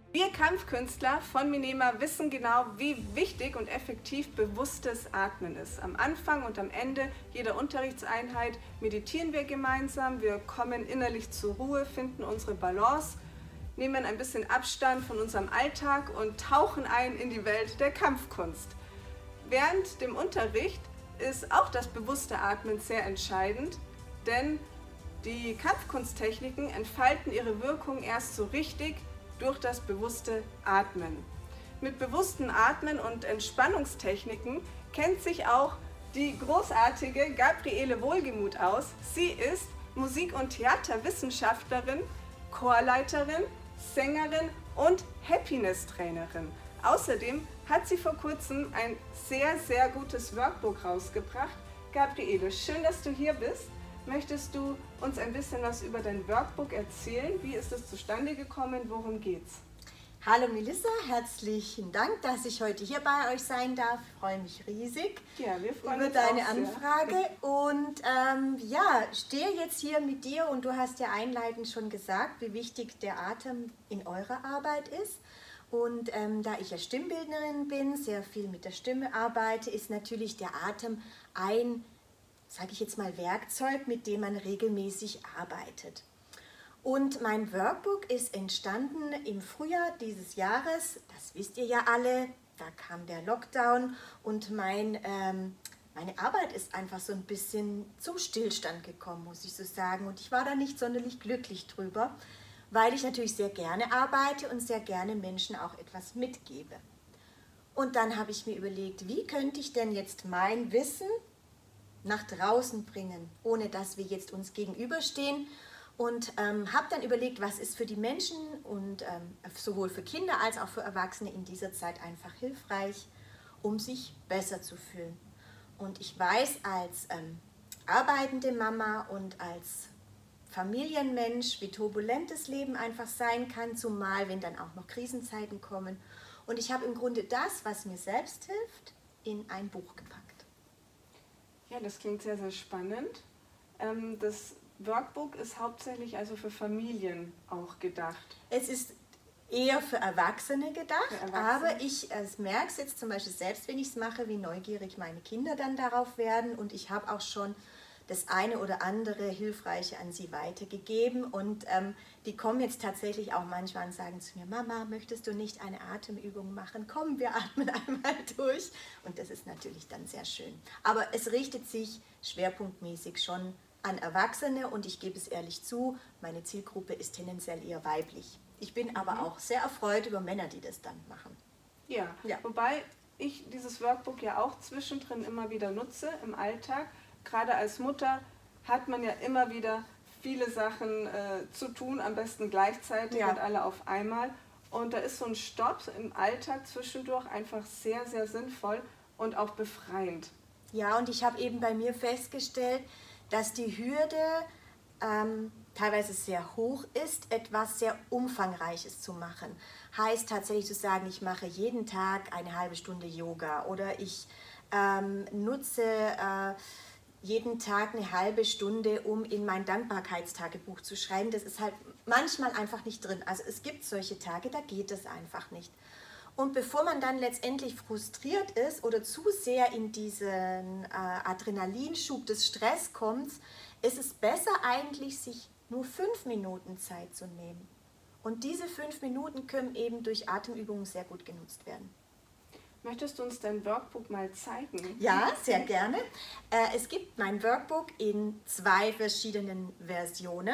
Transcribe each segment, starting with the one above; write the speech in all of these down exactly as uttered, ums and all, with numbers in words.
Wir Kampfkünstler von Minema wissen genau, wie wichtig und effektiv bewusstes Atmen ist. Am Anfang und am Ende jeder Unterrichtseinheit meditieren wir gemeinsam, wir kommen innerlich zur Ruhe, finden unsere Balance, nehmen ein bisschen Abstand von unserem Alltag und tauchen ein in die Welt der Kampfkunst. Während dem Unterricht ist auch das bewusste Atmen sehr entscheidend, denn die Kampfkunsttechniken entfalten ihre Wirkung erst so richtig durch das bewusste Atmen. Mit bewusstem Atmen und Entspannungstechniken kennt sich auch die großartige Gabriele Wohlgemuth aus. Sie ist Musik- und Theaterwissenschaftlerin, Chorleiterin, Sängerin und Happiness-Trainerin. Außerdem hat sie vor kurzem ein sehr, sehr gutes Workbook rausgebracht. Gabriele, schön, dass du hier bist. Möchtest du uns ein bisschen was über dein Workbook erzählen? Wie ist es zustande gekommen? Worum geht's? Hallo Melissa, herzlichen Dank, dass ich heute hier bei euch sein darf. Ich freue mich riesig ja, wir freuen über uns deine auch Anfrage. sehr. Und ähm, ja, stehe jetzt hier mit dir und du hast ja einleitend schon gesagt, wie wichtig der Atem in eurer Arbeit ist. Und ähm, da ich ja Stimmbildnerin bin, sehr viel mit der Stimme arbeite, ist natürlich der Atem ein, sage ich jetzt mal, Werkzeug, mit dem man regelmäßig arbeitet. Und mein Workbook ist entstanden im Frühjahr dieses Jahres, das wisst ihr ja alle, da kam der Lockdown und mein, ähm, meine Arbeit ist einfach so ein bisschen zum Stillstand gekommen, muss ich so sagen. Und ich war da nicht sonderlich glücklich drüber, weil ich natürlich sehr gerne arbeite und sehr gerne Menschen auch etwas mitgebe. Und dann habe ich mir überlegt, wie könnte ich denn jetzt mein Wissen nach draußen bringen, ohne dass wir jetzt uns gegenüberstehen, und ähm, habe dann überlegt, was ist für die Menschen und ähm, sowohl für Kinder als auch für Erwachsene in dieser Zeit einfach hilfreich, um sich besser zu fühlen. Und ich weiß, als ähm, arbeitende Mama und als Familienmensch, wie turbulent das Leben einfach sein kann, zumal wenn dann auch noch Krisenzeiten kommen. Und ich habe im Grunde das, was mir selbst hilft, in ein Buch gepackt. Ja, das klingt sehr, sehr spannend. Ähm, das Workbook ist hauptsächlich also für Familien auch gedacht. Es ist eher für Erwachsene gedacht, für Erwachsene. Aber ich äh, merke es jetzt zum Beispiel selbst, wenn ich es mache, wie neugierig meine Kinder dann darauf werden, und ich habe auch schon das eine oder andere Hilfreiche an sie weitergegeben, und ähm, die kommen jetzt tatsächlich auch manchmal und sagen zu mir, Mama, möchtest du nicht eine Atemübung machen? Komm, wir atmen einmal durch, und das ist natürlich dann sehr schön. Aber es richtet sich schwerpunktmäßig schon an Erwachsene, und ich gebe es ehrlich zu, meine Zielgruppe ist tendenziell eher weiblich. Ich bin aber Mhm. auch sehr erfreut über Männer, die das dann machen. Ja, Ja. Wobei ich dieses Workbook ja auch zwischendrin immer wieder nutze im Alltag. Gerade als Mutter hat man ja immer wieder viele Sachen äh, zu tun, am besten gleichzeitig Ja. und alle auf einmal. Und da ist so ein Stopp im Alltag zwischendurch einfach sehr, sehr sinnvoll und auch befreiend. Ja, und ich habe eben bei mir festgestellt, dass die Hürde ähm, teilweise sehr hoch ist, etwas sehr Umfangreiches zu machen. Heißt tatsächlich zu sagen, ich mache jeden Tag eine halbe Stunde Yoga, oder ich ähm, nutze äh, jeden Tag eine halbe Stunde, um in mein Dankbarkeitstagebuch zu schreiben. Das ist halt manchmal einfach nicht drin. Also es gibt solche Tage, da geht es einfach nicht. Und bevor man dann letztendlich frustriert ist oder zu sehr in diesen äh, Adrenalinschub des Stress kommt, ist es besser eigentlich, sich nur fünf Minuten Zeit zu nehmen. Und diese fünf Minuten können eben durch Atemübungen sehr gut genutzt werden. Möchtest du uns dein Workbook mal zeigen? Ja, sehr gerne. Äh, es gibt mein Workbook in zwei verschiedenen Versionen.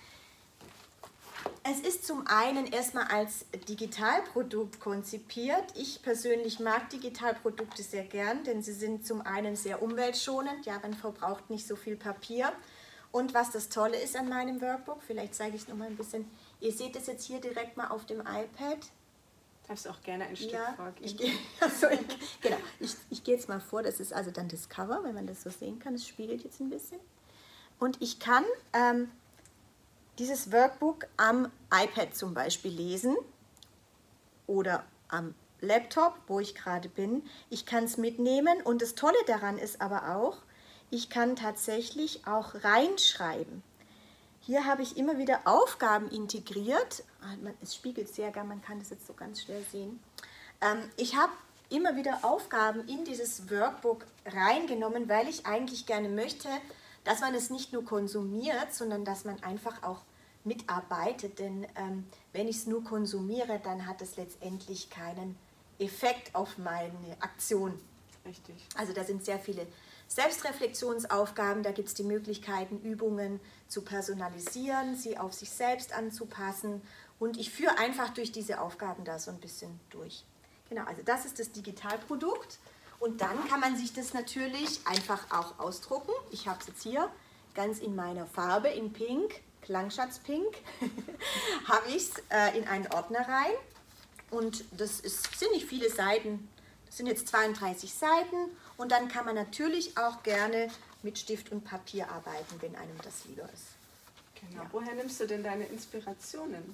Es ist zum einen erstmal als Digitalprodukt konzipiert. Ich persönlich mag Digitalprodukte sehr gern, denn sie sind zum einen sehr umweltschonend. Ja, man verbraucht nicht so viel Papier. Und was das Tolle ist an meinem Workbook, vielleicht zeige ich es nochmal ein bisschen. Ihr seht es jetzt hier direkt mal auf dem iPad. Darfst du auch gerne ein Stück Ja, vorgeben? ich gehe, also ich, genau, ich, ich gehe jetzt mal vor, das ist also dann das Cover, wenn man das so sehen kann. Es spiegelt jetzt ein bisschen. Und ich kann ähm, dieses Workbook am iPad zum Beispiel lesen oder am Laptop, wo ich gerade bin. Ich kann es mitnehmen, und das Tolle daran ist aber auch, ich kann tatsächlich auch reinschreiben. Hier habe ich immer wieder Aufgaben integriert. Es spiegelt sehr gar, man kann das jetzt so ganz schwer sehen. Ich habe immer wieder Aufgaben in dieses Workbook reingenommen, weil ich eigentlich gerne möchte, dass man es nicht nur konsumiert, sondern dass man einfach auch mitarbeitet. Denn ähm, wenn ich es nur konsumiere, dann hat es letztendlich keinen Effekt auf meine Aktion. Richtig. Also da sind sehr viele Selbstreflexionsaufgaben, da gibt es die Möglichkeiten, Übungen zu personalisieren, sie auf sich selbst anzupassen und ich führe einfach durch diese Aufgaben da so ein bisschen durch. Genau, also das ist das Digitalprodukt und dann kann man sich das natürlich einfach auch ausdrucken. Ich habe es jetzt hier ganz in meiner Farbe, in Pink, Klangschatz Pink, habe ich es äh, in einen Ordner rein und das ist, sind nicht viele Seiten. Das sind jetzt zweiunddreißig Seiten und dann kann man natürlich auch gerne mit Stift und Papier arbeiten, wenn einem das lieber ist. Genau. Ja. Woher nimmst du denn deine Inspirationen?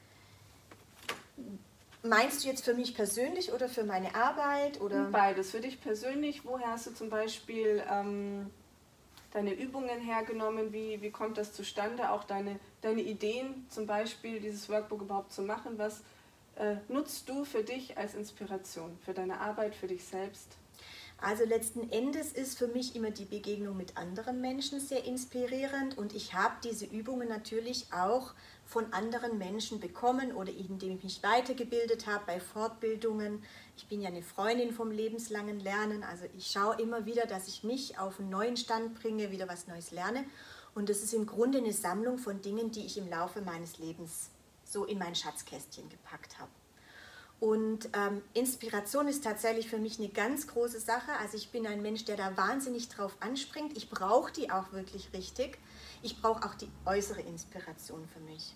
Meinst du jetzt für mich persönlich oder für meine Arbeit? Oder? Beides. Für dich persönlich, woher hast du zum Beispiel ähm, deine Übungen hergenommen? Wie, wie kommt das zustande? Auch deine, deine Ideen, zum Beispiel dieses Workbook überhaupt zu machen, was Äh, nutzt du für dich als Inspiration, für deine Arbeit, für dich selbst? Also letzten Endes ist für mich immer die Begegnung mit anderen Menschen sehr inspirierend und ich habe diese Übungen natürlich auch von anderen Menschen bekommen oder indem ich mich weitergebildet habe bei Fortbildungen. Ich bin ja eine Freundin vom lebenslangen Lernen, also ich schaue immer wieder, dass ich mich auf einen neuen Stand bringe, wieder was Neues lerne und das ist im Grunde eine Sammlung von Dingen, die ich im Laufe meines Lebens so in mein Schatzkästchen gepackt habe. Und ähm, Inspiration ist tatsächlich für mich eine ganz große Sache. Also ich bin ein Mensch, der da wahnsinnig drauf anspringt. Ich brauche die auch wirklich richtig. Ich brauche auch die äußere Inspiration für mich.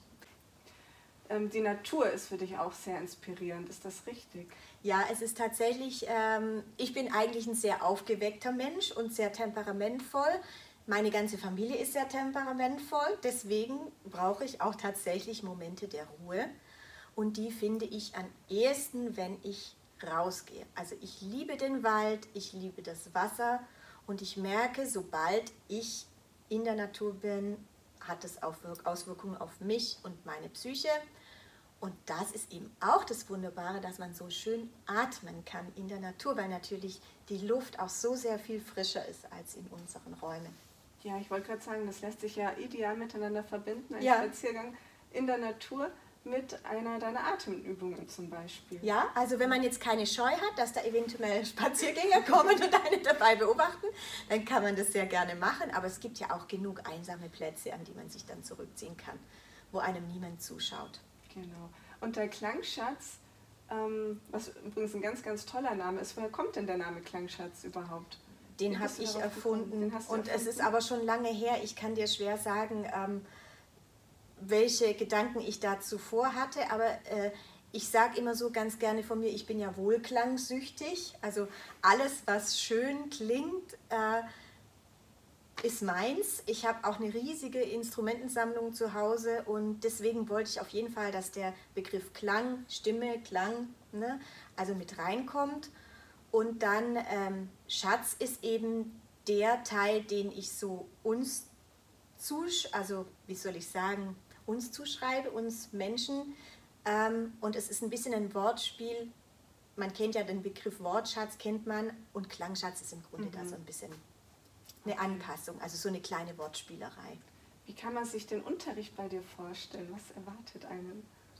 Ähm, die Natur ist für dich auch sehr inspirierend, ist das richtig? Ja, es ist tatsächlich, ähm, ich bin eigentlich ein sehr aufgeweckter Mensch und sehr temperamentvoll. Meine ganze Familie ist sehr temperamentvoll, deswegen brauche ich auch tatsächlich Momente der Ruhe und die finde ich am ehesten, wenn ich rausgehe. Also ich liebe den Wald, ich liebe das Wasser und ich merke, sobald ich in der Natur bin, hat es Auswirkungen auf mich und meine Psyche und das ist eben auch das Wunderbare, dass man so schön atmen kann in der Natur, weil natürlich die Luft auch so sehr viel frischer ist als in unseren Räumen. Ja, ich wollte gerade sagen, das lässt sich ja ideal miteinander verbinden, ein ja. Spaziergang in der Natur mit einer deiner Atemübungen zum Beispiel. Ja, also wenn man jetzt keine Scheu hat, dass da eventuell Spaziergänger kommen und einen dabei beobachten, dann kann man das sehr gerne machen, aber es gibt ja auch genug einsame Plätze, an die man sich dann zurückziehen kann, wo einem niemand zuschaut. Genau. Und der Klangschatz, ähm, was übrigens ein ganz, ganz toller Name ist, woher kommt denn der Name Klangschatz überhaupt? Den habe ich erfunden und erfunden? Es ist aber schon lange her. Ich kann dir schwer sagen, ähm, welche Gedanken ich da zuvor hatte, aber äh, ich sage immer so ganz gerne von mir, ich bin ja wohlklangsüchtig, also alles, was schön klingt, äh, ist meins. Ich habe auch eine riesige Instrumentensammlung zu Hause und deswegen wollte ich auf jeden Fall, dass der Begriff Klang, Stimme, Klang, ne, also mit reinkommt. Und dann ähm, Schatz ist eben der Teil, den ich so uns zusch, also wie soll ich sagen, uns zuschreibe, uns Menschen. Ähm, und es ist ein bisschen ein Wortspiel. Man kennt ja den Begriff Wortschatz, kennt man. Und Klangschatz ist im Grunde mhm. da so ein bisschen eine Anpassung, also so eine kleine Wortspielerei. Wie kann man sich den Unterricht bei dir vorstellen? Was erwartet einen?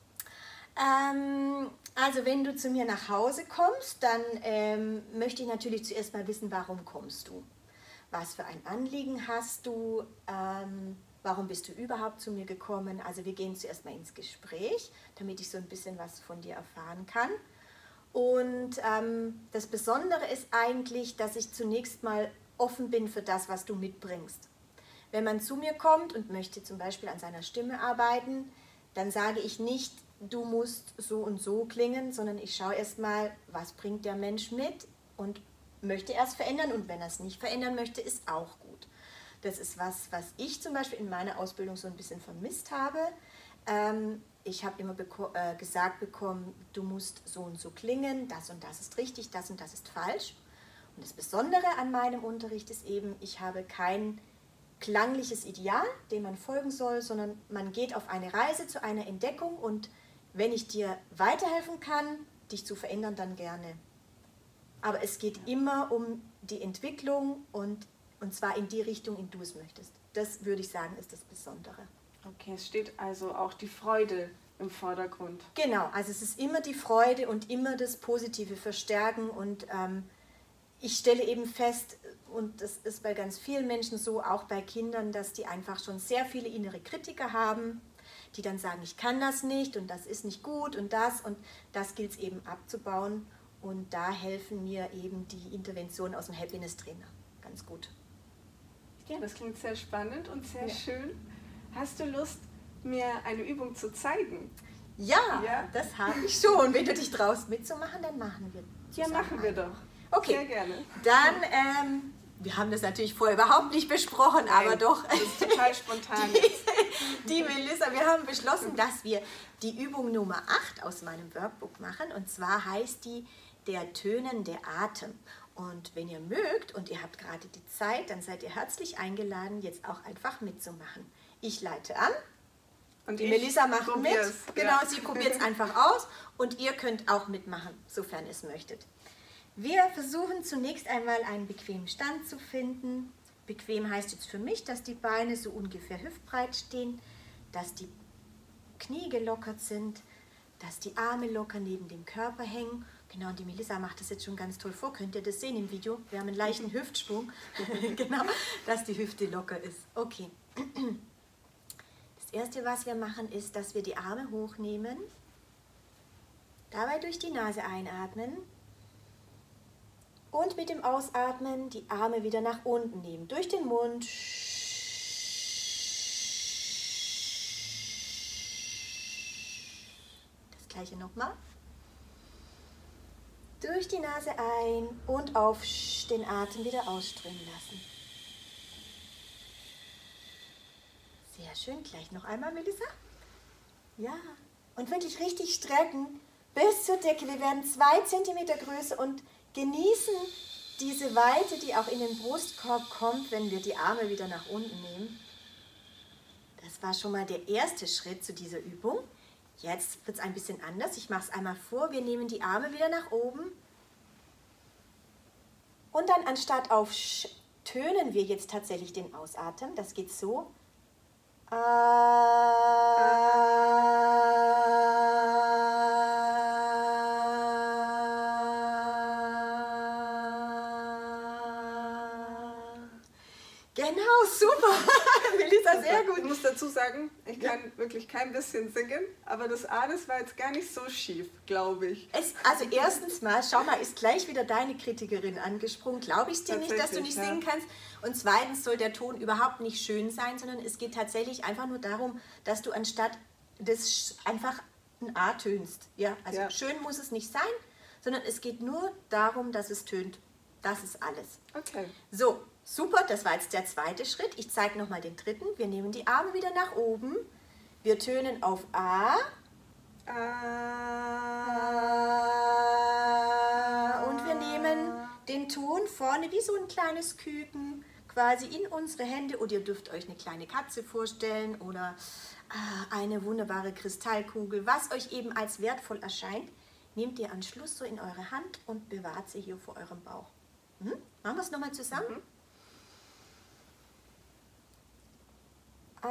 Ähm, also wenn du zu mir nach Hause kommst, dann ähm, möchte ich natürlich zuerst mal wissen, warum kommst du? Was für ein Anliegen hast du? Ähm, warum bist du überhaupt zu mir gekommen? Also wir gehen zuerst mal ins Gespräch, damit ich so ein bisschen was von dir erfahren kann. Und ähm, das Besondere ist eigentlich, dass ich zunächst mal offen bin für das, was du mitbringst. Wenn man zu mir kommt und möchte zum Beispiel an seiner Stimme arbeiten, dann sage ich nicht, du musst so und so klingen, sondern ich schaue erstmal, was bringt der Mensch mit und möchte er es verändern und wenn er es nicht verändern möchte, ist auch gut. Das ist was, was ich zum Beispiel in meiner Ausbildung so ein bisschen vermisst habe. Ähm, ich habe immer beko- äh, gesagt bekommen, du musst so und so klingen, das und das ist richtig, das und das ist falsch. Und das Besondere an meinem Unterricht ist eben, ich habe kein klangliches Ideal, dem man folgen soll, sondern man geht auf eine Reise zu einer Entdeckung und wenn ich dir weiterhelfen kann, dich zu verändern, dann gerne. Aber es geht immer um die Entwicklung und, und zwar in die Richtung, in die du es möchtest. Das würde ich sagen, ist das Besondere. Okay, es steht also auch die Freude im Vordergrund. Genau, also es ist immer die Freude und immer das positive Verstärken und ähm, ich stelle eben fest, und das ist bei ganz vielen Menschen so, auch bei Kindern, dass die einfach schon sehr viele innere Kritiker haben, die dann sagen, ich kann das nicht und das ist nicht gut und das und das gilt es eben abzubauen und da helfen mir eben die Interventionen aus dem Happiness Trainer ganz gut. Ja, das klingt sehr spannend und sehr ja. schön. Hast du Lust, mir eine Übung zu zeigen? Ja, ja? das habe ich schon. Wenn du dich traust mitzumachen, dann machen wir Ja, machen wir doch. Okay, sehr gerne. Dann, ähm, wir haben das natürlich vorher überhaupt nicht besprochen, Nein, aber doch. Das ist total spontan. Die, die Melissa, wir haben beschlossen, dass wir die Übung Nummer acht aus meinem Workbook machen. Und zwar heißt die der tönende Atem. Und wenn ihr mögt und ihr habt gerade die Zeit, dann seid ihr herzlich eingeladen, jetzt auch einfach mitzumachen. Ich leite an. Und die Melissa macht mit. Genau, ja. Sie probiert es einfach aus und ihr könnt auch mitmachen, sofern ihr es möchtet. Wir versuchen zunächst einmal einen bequemen Stand zu finden. Bequem heißt jetzt für mich, dass die Beine so ungefähr hüftbreit stehen, dass die Knie gelockert sind, dass die Arme locker neben dem Körper hängen. Genau, und die Melissa macht das jetzt schon ganz toll vor. Könnt ihr das sehen im Video? Wir haben einen leichten Hüftschwung. Genau, dass die Hüfte locker ist. Okay. Das Erste, was wir machen, ist, dass wir die Arme hochnehmen, dabei durch die Nase einatmen und mit dem Ausatmen die Arme wieder nach unten nehmen. Durch den Mund. Das gleiche nochmal. Durch die Nase ein und auf den Atem wieder ausströmen lassen. Sehr schön. Gleich noch einmal, Melissa. Ja. Und wirklich richtig strecken bis zur Decke. Wir werden zwei Zentimeter größer und genießen diese Weite, die auch in den Brustkorb kommt, wenn wir die Arme wieder nach unten nehmen. Das war schon mal der erste Schritt zu dieser Übung. Jetzt wird es ein bisschen anders. Ich mache es einmal vor. Wir nehmen die Arme wieder nach oben. Und dann anstatt auf Sch tönen wir jetzt tatsächlich den Ausatmen. Das geht so. Genau, super. Melissa, sehr gut. Ich muss dazu sagen, ich kann ja. wirklich kein bisschen singen, aber das A, das war jetzt gar nicht so schief, glaube ich. Es, also erstens mal, schau mal, ist gleich wieder deine Kritikerin angesprungen. Glaube ich dir nicht, dass du nicht ja. singen kannst? Und zweitens soll der Ton überhaupt nicht schön sein, sondern es geht tatsächlich einfach nur darum, dass du anstatt des einfach ein A tönst. Ja, also ja. schön muss es nicht sein, sondern es geht nur darum, dass es tönt. Das ist alles. Okay. So. Super, das war jetzt der zweite Schritt. Ich zeige nochmal den dritten. Wir nehmen die Arme wieder nach oben. Wir tönen auf A. A. Und wir nehmen den Ton vorne wie so ein kleines Küken quasi in unsere Hände. Oder ihr dürft euch eine kleine Katze vorstellen oder eine wunderbare Kristallkugel. Was euch eben als wertvoll erscheint, nehmt ihr am Schluss so in eure Hand und bewahrt sie hier vor eurem Bauch. Hm? Machen wir es nochmal zusammen? Mhm. Ah.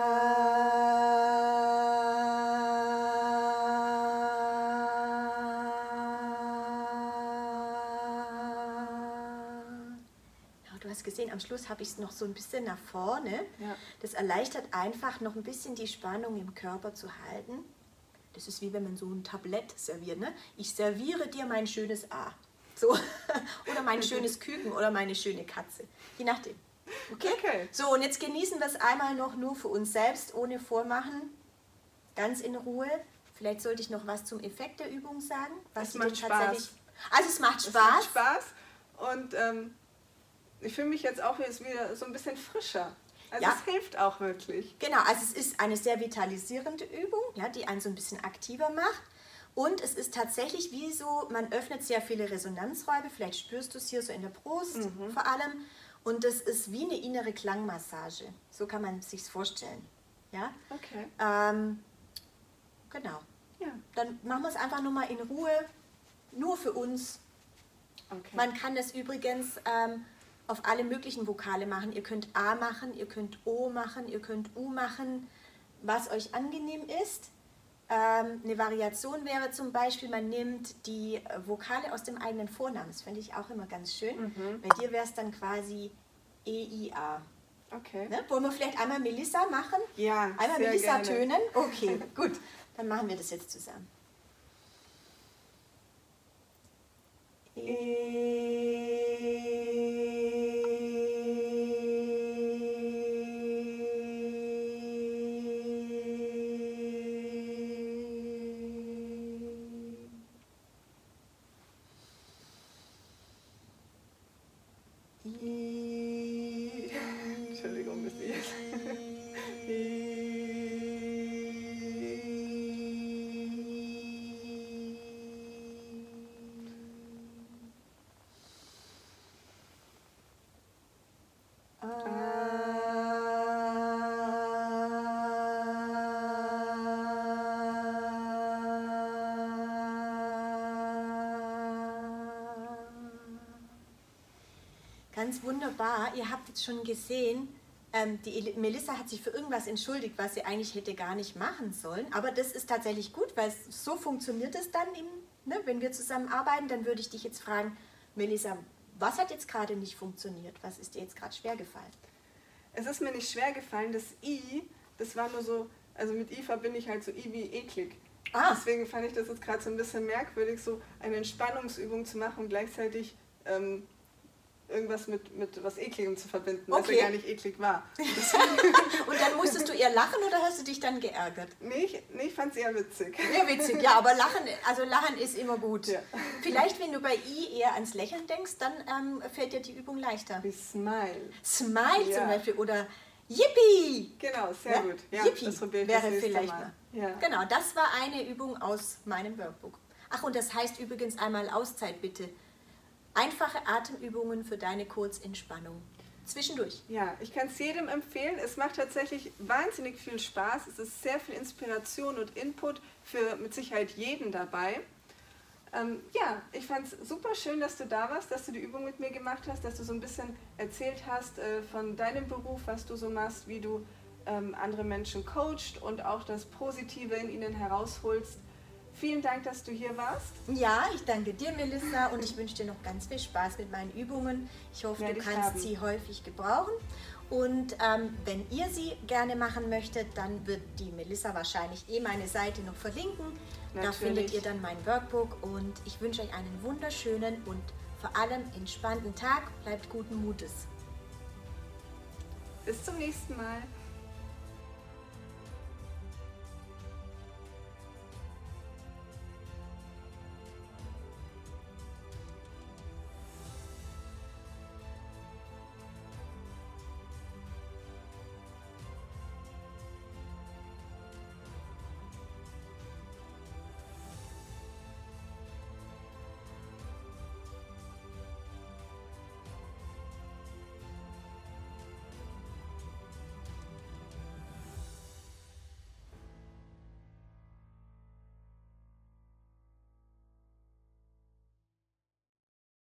Ja, du hast gesehen, am Schluss habe ich es noch so ein bisschen nach vorne. Ja. Das erleichtert einfach noch ein bisschen die Spannung im Körper zu halten. Das ist wie wenn man so ein Tablett serviert. Ne? Ich serviere dir mein schönes A. So. Oder mein schönes Küken oder meine schöne Katze. Je nachdem. Okay? Okay. So, und jetzt genießen wir es einmal noch nur für uns selbst, ohne Vormachen, ganz in Ruhe. Vielleicht sollte ich noch was zum Effekt der Übung sagen. Was es macht Spaß. Also es macht Spaß. Es macht Spaß und ähm, ich fühle mich jetzt auch wieder so ein bisschen frischer. Also ja. Es hilft auch wirklich. Genau, also es ist eine sehr vitalisierende Übung, ja, die einen so ein bisschen aktiver macht. Und es ist tatsächlich wie so, man öffnet sehr viele Resonanzräume, vielleicht spürst du es hier so in der Brust mhm. vor allem. Und das ist wie eine innere Klangmassage. So kann man es sich vorstellen. Ja? Okay. Ähm, genau. Ja. Dann machen wir es einfach nur mal in Ruhe, nur für uns. Okay. Man kann es übrigens ähm, auf alle möglichen Vokale machen. Ihr könnt A machen, ihr könnt O machen, ihr könnt U machen, was euch angenehm ist. Ähm, eine Variation wäre zum Beispiel, man nimmt die Vokale aus dem eigenen Vornamen. Das finde ich auch immer ganz schön. Mhm. Bei dir wäre es dann quasi E I A. Okay. Ne? Wollen wir vielleicht einmal Melissa machen? Ja, Einmal sehr Melissa gerne. tönen? Okay, gut. Dann machen wir das jetzt zusammen. Entschuldigung, bis jetzt. Ganz wunderbar. Ihr habt jetzt schon gesehen, ähm, die Eli- Melissa hat sich für irgendwas entschuldigt, was sie eigentlich hätte gar nicht machen sollen. Aber das ist tatsächlich gut, weil es, so funktioniert es dann, im, ne, wenn wir zusammen arbeiten. Dann würde ich dich jetzt fragen, Melissa, was hat jetzt gerade nicht funktioniert? Was ist dir jetzt gerade schwer gefallen? Es ist mir nicht schwer gefallen, das I, das war nur so, also mit I verbinde ich halt so I wie eklig. Ah. Deswegen fand ich das jetzt gerade so ein bisschen merkwürdig, so eine Entspannungsübung zu machen und gleichzeitig ähm, irgendwas mit, mit was Ekligem zu verbinden, was Okay. ja gar nicht eklig war. Und dann musstest du eher lachen oder hast du dich dann geärgert? Nee, ich, nee, ich fand es eher witzig. Ja, witzig, ja, aber Lachen, also Lachen ist immer gut. Ja. Vielleicht, wenn du bei I eher ans Lächeln denkst, dann ähm, fällt dir die Übung leichter. Wie Smile. Smile Ja. zum Beispiel oder Yippie! Genau, sehr Ja? gut. Ja, Yippie das probiere ich wäre das nächste vielleicht Mal. mal. Ja. Genau, das war eine Übung aus meinem Workbook. Ach, und das heißt übrigens einmal Auszeit bitte. Einfache Atemübungen für deine Kurzentspannung. Zwischendurch. Ja, ich kann es jedem empfehlen. Es macht tatsächlich wahnsinnig viel Spaß. Es ist sehr viel Inspiration und Input für mit Sicherheit jeden dabei. Ähm, ja, ich fand es super schön, dass du da warst, dass du die Übung mit mir gemacht hast, dass du so ein bisschen erzählt hast äh, von deinem Beruf, was du so machst, wie du ähm, andere Menschen coachst und auch das Positive in ihnen herausholst. Vielen Dank, dass du hier warst. Ja, ich danke dir, Melissa, und ich wünsche dir noch ganz viel Spaß mit meinen Übungen. Ich hoffe, Werde du ich kannst haben. sie häufig gebrauchen. Und ähm, wenn ihr sie gerne machen möchtet, dann wird die Melissa wahrscheinlich eh meine Seite noch verlinken. Da Natürlich. findet ihr dann mein Workbook und ich wünsche euch einen wunderschönen und vor allem entspannten Tag. Bleibt guten Mutes. Bis zum nächsten Mal.